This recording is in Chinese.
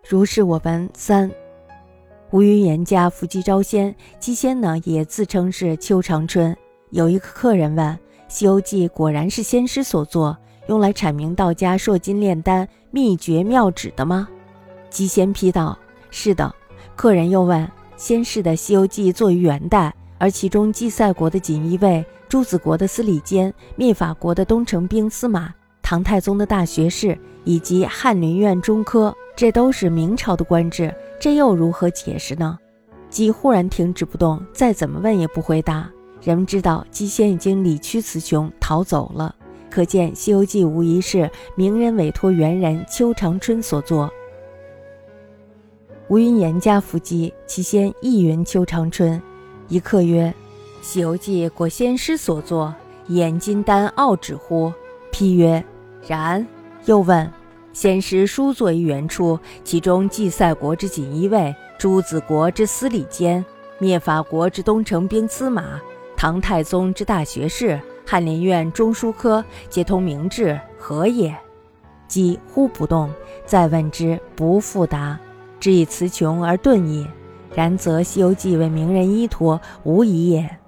如是我闻。3吴云言家伏击招仙，姬仙呢也自称是邱长春。有一个客人问，西游记果然是仙师所作，用来阐明道家烁金炼丹秘诀妙旨的吗？姬仙批道，是的。客人又问，先世的西游记作于元代，而其中祭赛国的锦衣卫、朱子国的司礼监、灭法国的东城兵司马、唐太宗的大学士以及翰林院中科，这都是明朝的官制，这又如何解释呢？姬忽然停止不动，再怎么问也不回答。人们知道姬仙已经理屈词穷逃走了，可见西游记无疑是名人委托元人邱长春所作。吴云言家伏击，其先亦云邱长春。一客曰，西游记果先师所作，演金丹奥旨乎？批曰，然。又问，先师书作于原初，其中祭赛国之锦衣卫、朱子国之司礼监、灭法国之东城兵司马、唐太宗之大学士、翰林院中书科，皆通明制，何也？姬忽不动，再问之，不复答，只以词穷而顿也。然则西游记为名人依托，无疑也。